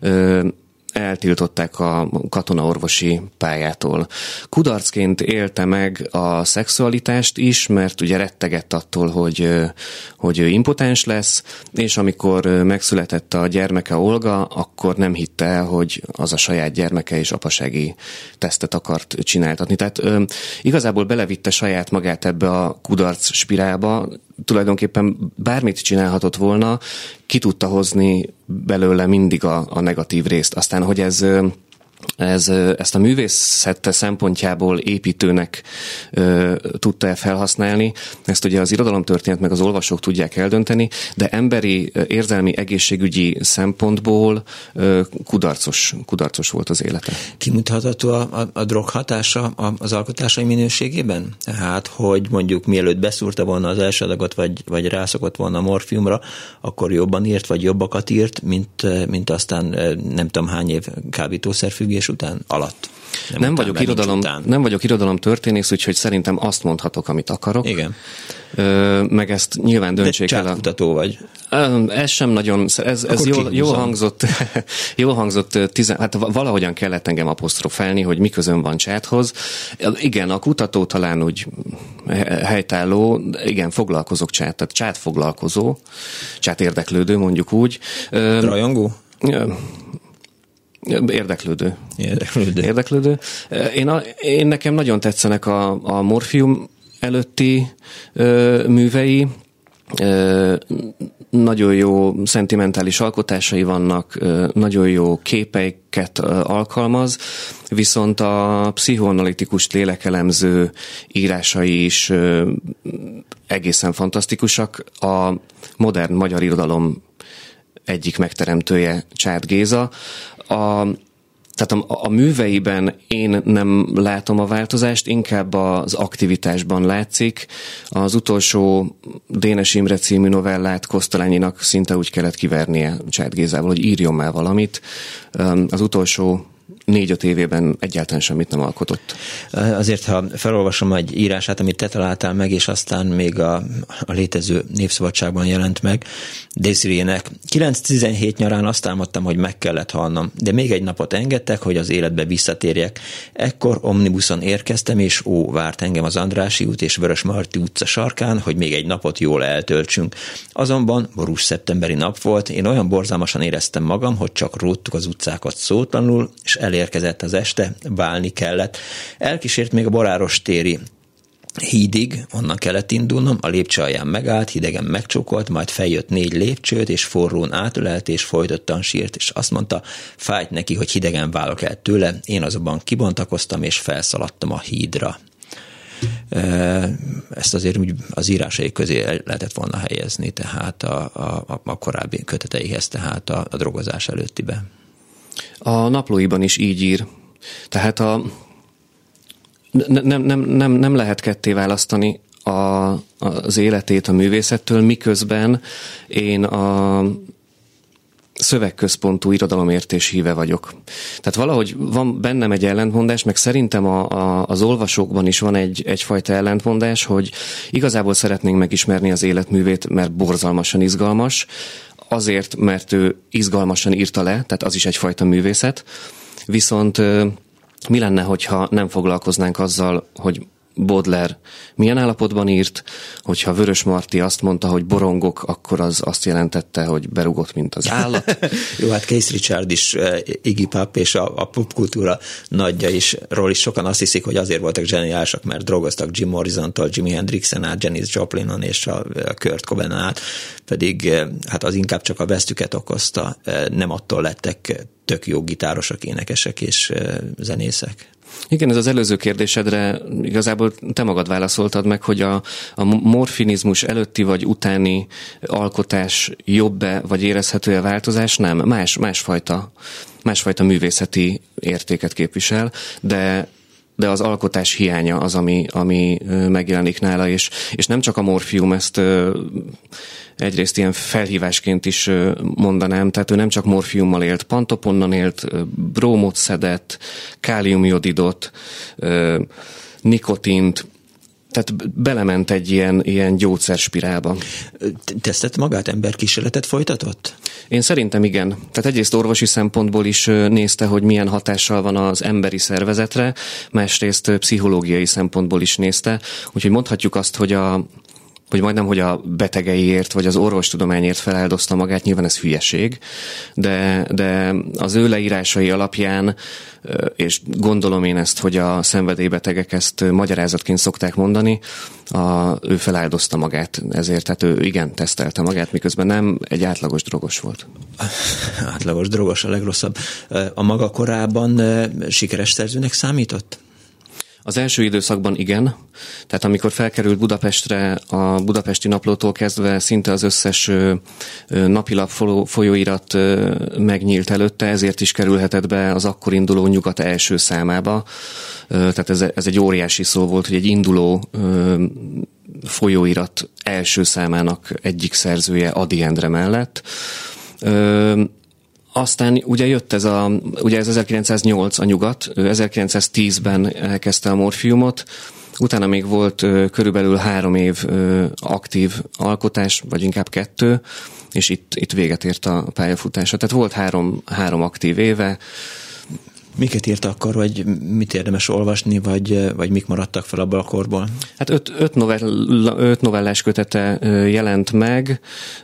eltiltották a katonaorvosi pályától. Kudarcként élte meg a szexualitást is, mert ugye rettegett attól, hogy, hogy ő impotens lesz, és amikor megszületett a gyermeke Olga, akkor nem hitte el, hogy az a saját gyermeke és apasági tesztet akart csináltatni. Tehát ö, igazából belevitte saját magát ebbe a kudarc spirálba, tulajdonképpen bármit csinálhatott volna, ki tudta hozni belőle mindig a, a negatív részt. Aztán, hogy ez, ez ezt a művészet szempontjából építőnek ö, tudta-e felhasználni, ezt ugye az irodalomtörténet meg az olvasók tudják eldönteni, de emberi, érzelmi, egészségügyi szempontból ö, kudarcos, kudarcos volt az élete. Kimutatható a, a, a drog hatása az alkotásai minőségében? Tehát, hogy mondjuk mielőtt beszúrta volna az első adagot, vagy, vagy rászokott volna a morfiumra, akkor jobban írt, vagy jobbakat írt, mint, mint aztán nem tudom hány év kábítószerfüggés után, alatt. Nem, nem, vagyok irodalom, nem vagyok irodalom történész, úgyhogy szerintem azt mondhatok, amit akarok. Igen. Ö, meg ezt nyilván döntsék el. De csátkutató vagy. Ez sem nagyon, ez, ez jól, jól hangzott, jól hangzott, tizen, hát valahogyan kellett engem apostrofálni, hogy mi közön van csáthoz. Igen, a kutató talán úgy helytálló, igen, foglalkozok csát, tehát csát foglalkozó, csát érdeklődő, mondjuk úgy. Rajongó? Érdeklődő. Érdeklődő. Érdeklődő. Én, a, én nekem nagyon tetszenek a, a Morfium előtti ö, művei. Ö, nagyon jó szentimentális alkotásai vannak, ö, nagyon jó képeiket ö, alkalmaz, viszont a pszichoanalitikus lélekelemző írásai is ö, egészen fantasztikusak. A modern magyar irodalom egyik megteremtője Csád Géza. A, tehát a, a műveiben én nem látom a változást, inkább az aktivitásban látszik. Az utolsó Dénes Imre című novellát Kosztolányinak szinte úgy kellett kivernie Csád Gézával, hogy írjon már valamit. Az utolsó négy-öt évében egyáltalán semmit nem alkotott. Azért, ha felolvasom egy írását, amit te találtál meg, és aztán még a, a létező Népszabadságban jelent meg, Désiré-nek. kilenc tizenhét nyarán azt álmodtam, hogy meg kellett halnom, de még egy napot engedtek, hogy az életbe visszatérjek. Ekkor omnibuszon érkeztem, és ó, várt engem az Andrássy út és Vörösmarty utca sarkán, hogy még egy napot jól eltöltsünk. Azonban borús szeptemberi nap volt, én olyan borzalmasan éreztem magam, hogy csak róttuk az utcákat szótlanul, és elég elérkezett az este, válni kellett. Elkísért még a Boráros téri hídig, onnan kellett indulnom, a lépcső alján megállt, hidegen megcsókolt, majd feljött négy lépcsőt, és forrón átölelt, és folytottan sírt, és azt mondta, fájt neki, hogy hidegen válok el tőle, én azonban kibontakoztam, és felszaladtam a hídra. Ezt azért úgy az írásai közé lehetett volna helyezni, tehát a, a, a korábbi köteteihez, tehát a, a drogozás előttibe. A naplóiban is így ír. Tehát a Nem, nem, nem, nem lehet ketté választani a, az életét a művészettől, miközben én a szövegközpontú irodalomértés híve vagyok. Tehát valahogy van bennem egy ellentmondás, meg szerintem a, a, az olvasókban is van egy, egyfajta ellentmondás, hogy igazából szeretnénk megismerni az életművét, mert borzalmasan izgalmas, azért, mert ő izgalmasan írta le, tehát az is egyfajta művészet, viszont mi lenne, hogyha nem foglalkoznánk azzal, hogy Baudelaire milyen állapotban írt, hogyha Vörös Marti azt mondta, hogy borongok, akkor az azt jelentette, hogy berugott, mint az állat. Jó, hát Keith Richards is, Iggy Pop és a, a popkultúra nagyja is, ról is sokan azt hiszik, hogy azért voltak zseniálisak, mert drogoztak Jim Morrisontól, Jimi Hendrixen át, Janis Joplinon és a, a Kurt Cobainen át, pedig hát az inkább csak a vesztüket okozta, nem attól lettek tök jó gitárosok, énekesek és zenészek. Igen, ez az előző kérdésedre igazából te magad válaszoltad meg, hogy a, a morfinizmus előtti vagy utáni alkotás jobb-e, vagy érezhető-e változás? Nem, más, másfajta, másfajta művészeti értéket képvisel, de de az alkotás hiánya az, ami, ami megjelenik nála, és, és nem csak a morfium, ezt egyrészt ilyen felhívásként is mondanám, tehát ő nem csak morfiummal élt, pantoponnal élt, brómot szedett, káliumjodidot, nikotint, tehát belement egy ilyen, ilyen gyógyszerspirálba. Tesztett magát, emberkísérletet folytatott? Én szerintem igen. Tehát egyrészt orvosi szempontból is nézte, hogy milyen hatással van az emberi szervezetre, másrészt pszichológiai szempontból is nézte. Úgyhogy mondhatjuk azt, hogy a hogy majdnem, hogy a betegeiért, vagy az orvostudományért feláldozta magát, nyilván ez hülyeség, de, de az ő leírásai alapján, és gondolom én ezt, hogy a szenvedélybetegek ezt magyarázatként szokták mondani, a, ő feláldozta magát ezért, tehát ő igen, tesztelte magát, miközben nem egy átlagos drogos volt. Átlagos drogos a legrosszabb. A maga korában sikeres szerzőnek számított? Az első időszakban igen, tehát amikor felkerült Budapestre, a Budapesti Naplótól kezdve szinte az összes napilap folyóirat megnyílt előtte, ezért is kerülhetett be az akkor induló Nyugat első számába. Tehát ez, ez egy óriási szó volt, hogy egy induló folyóirat első számának egyik szerzője Ady Endre mellett. Aztán ugye jött ez a, ugye ez ezerkilencszáznyolc a Nyugat, ezerkilencszáztízben elkezdte a morfiumot, utána még volt körülbelül három év aktív alkotás, vagy inkább kettő, és itt, itt véget ért a pályafutása. Tehát volt három, három aktív éve. Miket írt akkor, vagy mit érdemes olvasni, vagy, vagy mik maradtak fel abból a korból? Hát öt, öt, novell, öt novellás kötete jelent meg.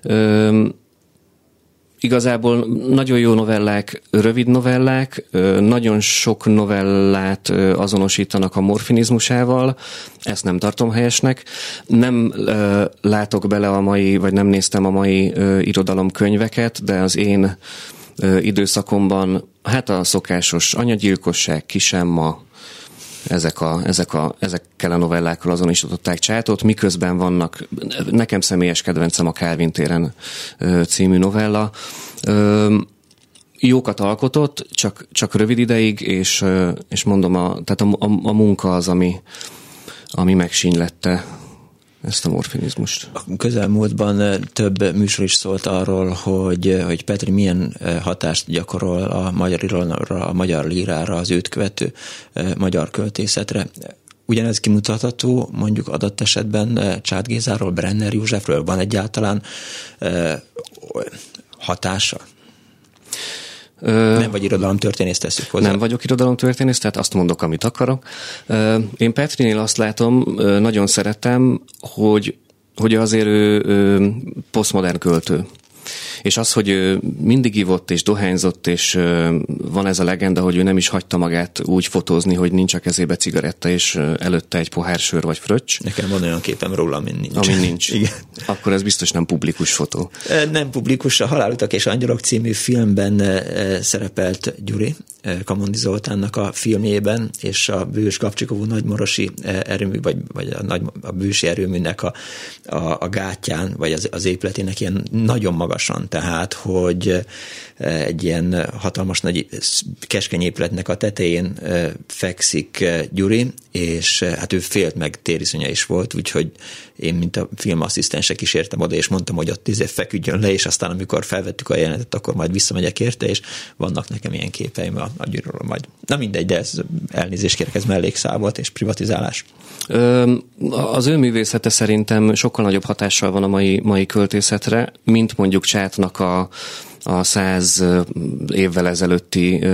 Igazából nagyon jó novellák, rövid novellák, nagyon sok novellát azonosítanak a morfinizmusával, ezt nem tartom helyesnek. Nem látok bele a mai, vagy nem néztem a mai irodalomkönyveket, de az én időszakomban hát a szokásos anyagyilkosság, Kisemma, ezek a, ezek a, ezekkel a novellákkal azonosították Csátot, miközben vannak, nekem személyes kedvencem a Kálvin téren című novella. Jókat alkotott, csak, csak rövid ideig, és, és mondom, a, tehát a, a, a munka az, ami, ami megsínylette ezt a morfinizmust. A közelmúltban több műsor is szólt arról, hogy, hogy Petri milyen hatást gyakorol a magyar irodalomra, a magyar lírára, az őt követő magyar költészetre. Ugyanez kimutatható mondjuk adott esetben Csád Gézáról, Brenner Józsefről, van egyáltalán hatása? Nem vagy irodalomtörténész, tesszük hozzá. Nem vagyok irodalomtörténész, tehát azt mondok, amit akarok. Én Petrinél azt látom, nagyon szeretem, hogy, hogy azért ő, ő posztmodern költő. És az, hogy ő mindig ivott és dohányzott, és van ez a legenda, hogy ő nem is hagyta magát úgy fotózni, hogy nincs a kezébe cigaretta, és előtte egy pohár sör vagy fröccs. Nekem van olyan képem róla, amin nincs. Amin nincs. Igen. Akkor ez biztos nem publikus fotó. Nem publikus. A Halálutak és Angyalok című filmben szerepelt Gyuri, Kamondi Zoltánnak a filmjében, és a Bős Gabcsikovú nagymorosi erőmű, vagy, vagy a, nagy, a bősi erőműnek a, a, a gátján, vagy az, az épületének ilyen nagyon magasan, tehát, hogy egy ilyen hatalmas nagy keskeny épületnek a tetején fekszik Gyuri, és hát ő félt meg, tériszonya is volt, úgyhogy én, mint a filmasszisztense kísértem oda, és mondtam, hogy ott tízé feküdjön le, és aztán amikor felvettük a jelenetet, akkor majd visszamegyek érte, és vannak nekem ilyen képeim a, a Gyuriról majd. Na mindegy, de ez elnézést kérek, ez mellékszál volt, és privatizálás. Ö, az ő művészete szerintem sokkal nagyobb hatással van a mai, mai költészetre, mint mondjuk Csátnak a a száz évvel ezelőtti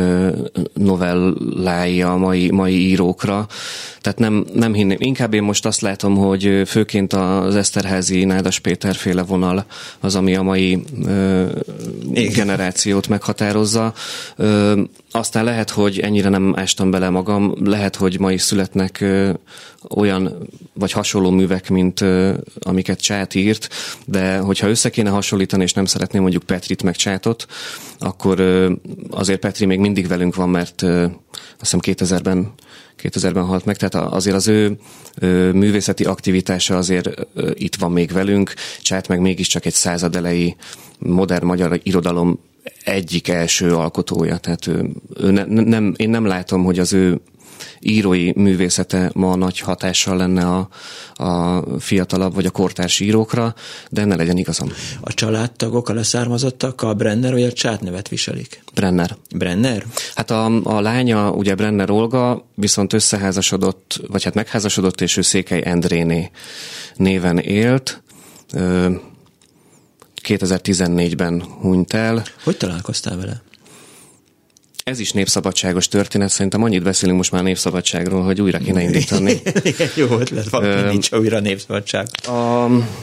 novellái a mai, mai írókra. Tehát nem, nem hinném. Inkább én most azt látom, hogy főként az Eszterházy, Nádas Péter féle vonal az, ami a mai ö, generációt meghatározza. Ö, aztán lehet, hogy ennyire nem ástam bele magam, lehet, hogy ma is születnek ö, olyan vagy hasonló művek, mint ö, amiket Csát írt, de hogyha össze kéne hasonlítani, és nem szeretném mondjuk Petrit meg Csátot, akkor ö, azért Petri még mindig velünk van, mert ö, azt hiszem kétezerben kétezerben halt meg, tehát azért az ő ö, művészeti aktivitása azért ö, itt van még velünk, Csát meg mégiscsak egy századelei modern magyar irodalom egyik első alkotója, tehát ő, ő ne, nem, én nem látom, hogy az ő írói művészete ma nagy hatással lenne a, a fiatalabb vagy a kortárs írókra, de ne legyen igazam. A családtagok, a leszármazottak a Brenner vagy a Csát nevet viselik? Brenner. Brenner? Hát a, a lánya, ugye Brenner Olga, viszont összeházasodott, vagy hát megházasodott, és ő Székely Endréné néven élt. kétezer-tizennégyben hunyt el. Hogy találkoztál vele? Ez is népszabadságos történet, szerintem annyit beszélünk most már népszabadságról, hogy újra kéne indítani. Igen, jó ötlet, van, nincs újra népszabadság. A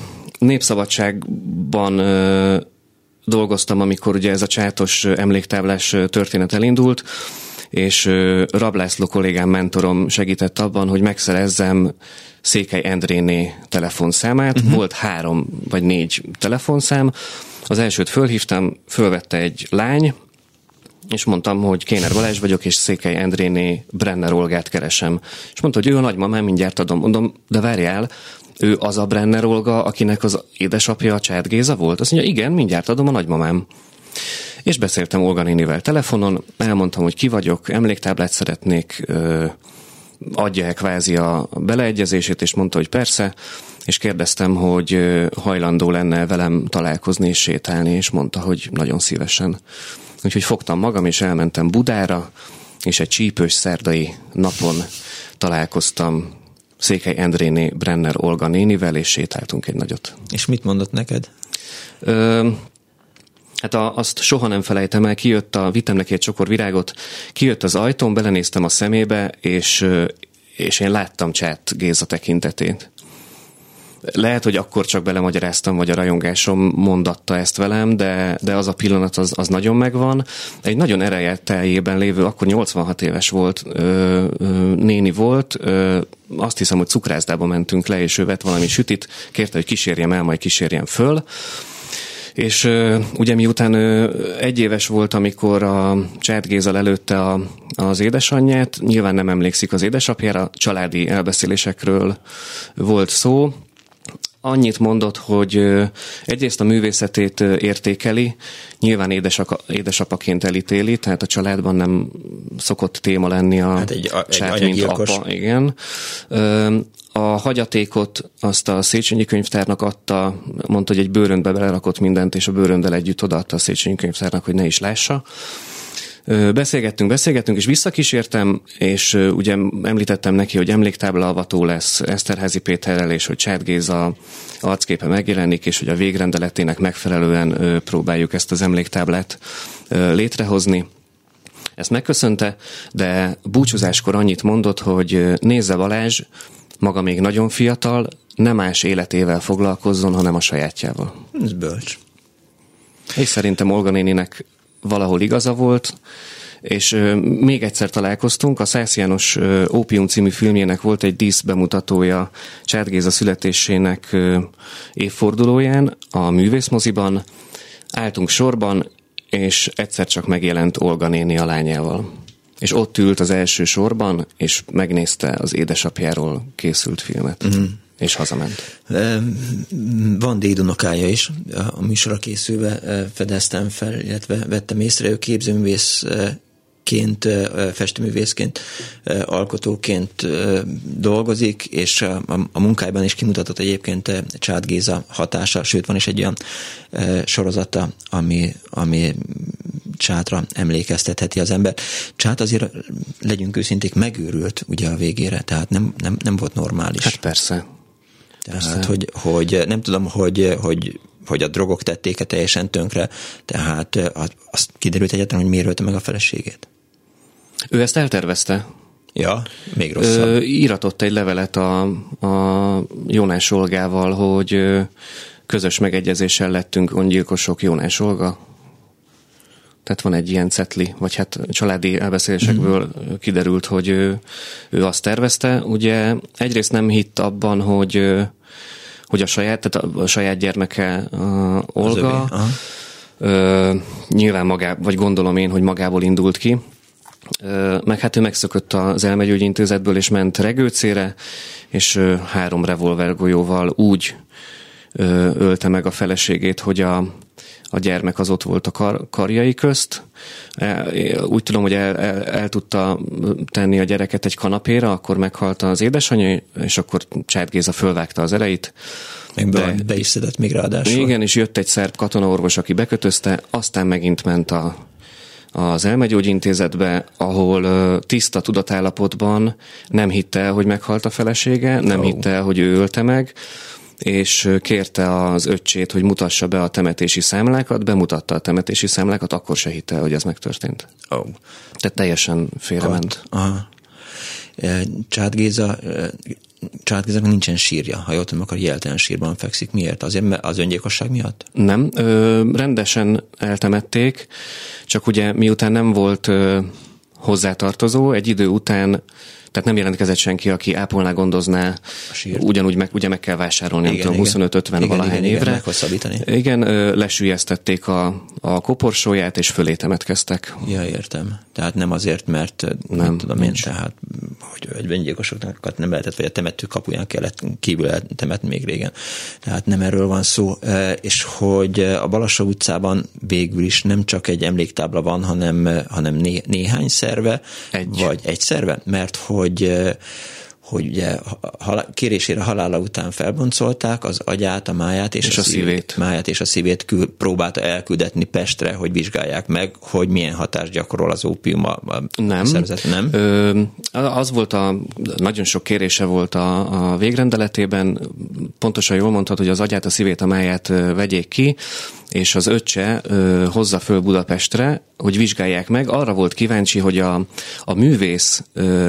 népszabadságban ö, dolgoztam, amikor ugye ez a csátos emléktáblás történet elindult, és ö, Rab László kollégám, mentorom segített abban, hogy megszerezzem Székely Endréné telefonszámát. Uh-huh. Volt három vagy négy telefonszám. Az elsőt fölhívtam, fölvette egy lány, és mondtam, hogy Kéner Balázs vagyok, és Székely Endréné Brenner Olgát keresem. És mondta, hogy ő a nagymamám, mindjárt adom. Mondom, de várjál, ő az a Brenner Olga, akinek az édesapja a Csát Géza volt? Azt mondja, igen, mindjárt adom, a nagymamám. És beszéltem Olga nénivel telefonon, elmondtam, hogy ki vagyok, emléktáblát szeretnék, ö, adja-e kvázi a beleegyezését, és mondta, hogy persze, és kérdeztem, hogy hajlandó lenne velem találkozni és sétálni, és mondta, hogy nagyon szívesen. Úgyhogy fogtam magam, és elmentem Budára, és egy csípős szerdai napon találkoztam Székely Endréné Brenner Olga nénivel, és sétáltunk egy nagyot. És mit mondott neked? Ö, hát a, azt soha nem felejtem el, kijött a, vittem neki egy csokor virágot, kijött az ajtón, belenéztem a szemébe, és, és én láttam Csát Géza tekintetét. Lehet, hogy akkor csak belemagyaráztam, vagy a rajongásom mondatta ezt velem, de, de az a pillanat az, az nagyon megvan. Egy nagyon erejeteljében lévő, akkor nyolcvanhat éves volt, ö, ö, néni volt, ö, azt hiszem, hogy cukrászdába mentünk le, és ő vett valami sütit, kérte, hogy kísérjem el, majd kísérjem föl. És ö, ugye miután ö, egy éves volt, amikor a Csát Géza lelőtte a, az édesanyját, nyilván nem emlékszik az édesapjára, családi elbeszélésekről volt szó. Annyit mondott, hogy egyrészt a művészetét értékeli, nyilván édesaka, édesapaként elítéli, tehát a családban nem szokott téma lenni a hát egy, a, Csát, egy mint apa. Igen. A hagyatékot azt a Széchenyi Könyvtárnak adta, mondta, hogy egy bőröndbe belerakott mindent, és a bőrönddel együtt odaadta a Széchenyi Könyvtárnak, hogy ne is lássa. Beszélgettünk, beszélgettünk, és visszakísértem, és ugye említettem neki, hogy emléktáblaavató lesz Eszterházy Péterrel, és hogy Csát Géza arcképe megjelenik, és hogy a végrendeletének megfelelően próbáljuk ezt az emléktáblát létrehozni. Ezt megköszönte, de búcsúzáskor annyit mondott, hogy nézze Balázs, maga még nagyon fiatal, nem más életével foglalkozzon, hanem a sajátjával. Ez bölcs. És szerintem Olga néninek valahol igaza volt, és euh, még egyszer találkoztunk, a Szász János euh, Ópium című filmjének volt egy díszbemutatója Csád Géza születésének euh, évfordulóján a Művészmoziban, álltunk sorban, és egyszer csak megjelent Olga néni a lányával. És ott ült az első sorban, és megnézte az édesapjáról készült filmet. Mm. És hazament. Van dédunokája is, a műsorra készülve fedeztem fel, illetve vettem észre, ő képzőművészként, festőművészként, alkotóként dolgozik, és a, a munkájában is kimutatott egyébként Csád Géza hatása, sőt van is egy olyan sorozata, ami, ami Csátra emlékeztetheti az ember. Csát azért, legyünk őszinték, megőrült ugye a végére, tehát nem, nem, nem volt normális. Hát persze. Tehát, hogy, hogy nem tudom, hogy, hogy, hogy a drogok tették-e teljesen tönkre, tehát azt kiderült egyáltalán, hogy miért ölte meg a feleségét. Ő ezt eltervezte. Ja, még rosszabb. Ö, íratott egy levelet a, a Jónás Olgával, hogy közös megegyezéssel lettünk öngyilkosok, Jónás Olga. Tehát van egy ilyen cetli, vagy hát családi elbeszélésekből mm. kiderült, hogy ő, ő azt tervezte. Ugye egyrészt nem hitt abban, hogy, hogy a saját, tehát a saját gyermeke a Olga, ö, nyilván magá, vagy gondolom én, hogy magából indult ki. Ö, meg hát ő megszökött az elmegyógyintézetből, és ment Regőcére, és ö, három revolvergolyóval úgy ö, ölte meg a feleségét, hogy a a gyermek az ott volt a kar, karjai közt. Úgy tudom, hogy el, el, el tudta tenni a gyereket egy kanapéra, akkor meghalt az édesanyja, és akkor Csád Géza fölvágta az eleit. Meg be, be is szedett még ráadásul. Igen, és jött egy szerb katonaorvos, aki bekötözte, aztán megint ment a, az elmegyógyintézetbe, ahol tiszta tudatállapotban nem hitte el, hogy meghalt a felesége, nem oh. hitte el, hogy ő ölte meg, és kérte az öccsét, hogy mutassa be a temetési számlákat, bemutatta a temetési számlákat, akkor se hitte, hogy ez megtörtént. Oh. Tehát teljesen félrement. Aha. Csád Géza, Csád Gézának nincsen sírja, ha jól tudom, akkor jeltelen sírban fekszik. Miért? Azért az öngyilkosság miatt? Nem, ö, rendesen eltemették, csak ugye miután nem volt ö, hozzátartozó, egy idő után, tehát nem jelentkezett senki, aki ápolná, gondozná, ugyanúgy meg, ugye meg kell vásárolni, igen, nem tudom, huszonöt-ötven valahány évre. Igen, meghosszabbítani. Igen, lesüllyesztették a, a koporsóját, és fölé temetkeztek. Ja, értem. Tehát nem azért, mert nem, nem tudom én, tehát hogy egy öngyilkosokat nem lehetett, vagy a temető kapuján kellett kívül temetni még régen. Tehát nem erről van szó, és hogy a Balassa utcában végül is nem csak egy emléktábla van, hanem, hanem né, néhány szerve, egy. vagy egy szerve, mert hogy hogy, hogy ugye kérésére halála után felboncolták az agyát, a máját és, és a, a szívét. szívét. Máját és a szívét kül, próbálta elküldetni Pestre, hogy vizsgálják meg, hogy milyen hatást gyakorol az ópium a, a nem. szervezet. Nem? Ö, az volt a, nagyon sok kérése volt a, a végrendeletében, pontosan jól mondhat, hogy az agyát, a szívét, a máját vegyék ki, és az öccse ö, hozza föl Budapestre, hogy vizsgálják meg. Arra volt kíváncsi, hogy a, a művész ö,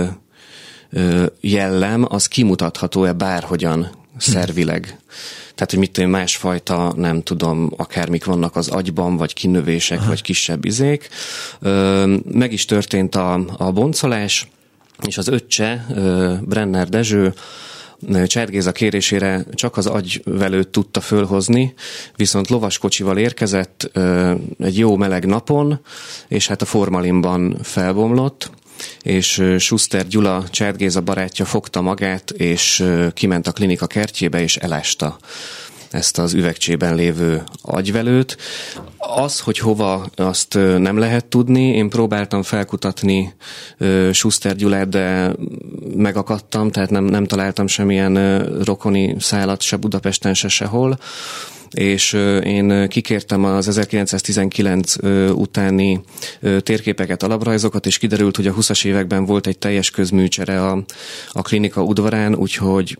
jellem, az kimutatható-e bárhogyan szervileg. Tehát, hogy mit tudom, másfajta, nem tudom, akármik vannak az agyban, vagy kinövések, aha, vagy kisebb izék. Meg is történt a, a boncolás, és az öccse, Brenner Dezső, Csád Géza kérésére csak az agyvelőt tudta fölhozni, viszont lovaskocsival érkezett egy jó meleg napon, és hát a formalinban felbomlott, és Schuster Gyula, Csád Géza barátja fogta magát, és kiment a klinika kertjébe, és elásta ezt az üvegcsében lévő agyvelőt. Az, hogy hova, azt nem lehet tudni. Én próbáltam felkutatni Schuster Gyulát, de megakadtam, tehát nem, nem találtam semmilyen rokoni szálat se Budapesten, se sehol. És én kikértem az ezerkilencszáztizenkilenc utáni térképeket, alaprajzokat, és kiderült, hogy a húszas években volt egy teljes közműcsere a, a klinika udvarán, úgyhogy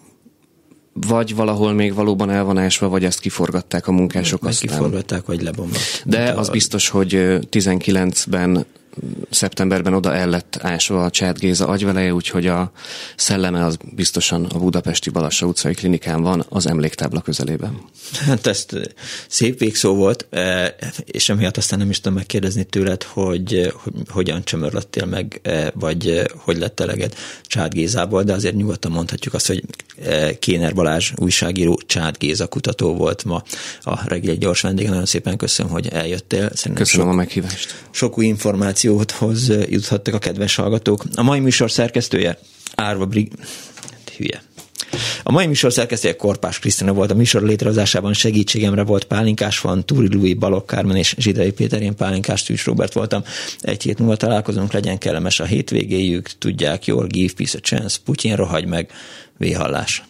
vagy valahol még valóban el van ásva, vagy ezt kiforgatták a munkások. Meg aztán. Kiforgatták, vagy lebomlott. De az biztos, hogy tizenkilencben szeptemberben oda el lett ásva a Csád Géza agyveleje, úgyhogy a szelleme az biztosan a budapesti Balassa utcai klinikán van, az emléktábla közelében. Hát ezt szép végszó volt, és emiatt aztán nem is tudom megkérdezni tőled, hogy, hogy hogyan csömörlöttél meg, vagy hogy lett eleged Csád Gézából, de azért nyugodtan mondhatjuk azt, hogy Kéner Balázs újságíró, Csád Géza kutató volt ma a reggeli gyors vendége. Nagyon szépen köszönöm, hogy eljöttél. Szerintem köszönöm sok, a meghívást. Sok új információhoz juthattak a kedves hallgatók. A mai műsor szerkesztője Árva Brig... Hülye. A mai műsor szerkesztője Korpás Krisztina volt, a műsor létrehozásában segítségemre volt Pálinkás van, Túri Lui, Balogh Kármen és Zsidai Péter, én Pálinkás Tűcs Róbert voltam. Egy hét múlva találkozunk, legyen kellemes a hétvégéjük, tudják jól, give peace a chance, Putyin rohagy meg, véhallás.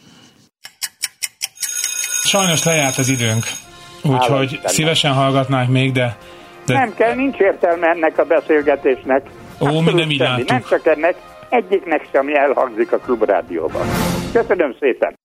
Sajnos lejárt az időnk, úgyhogy szívesen hallgatnánk még, de, de... Nem kell, nincs értelme ennek a beszélgetésnek. Ó, mi nem így Nem csak ennek, egyiknek sem elhangzik a Klubrádióban. Köszönöm szépen!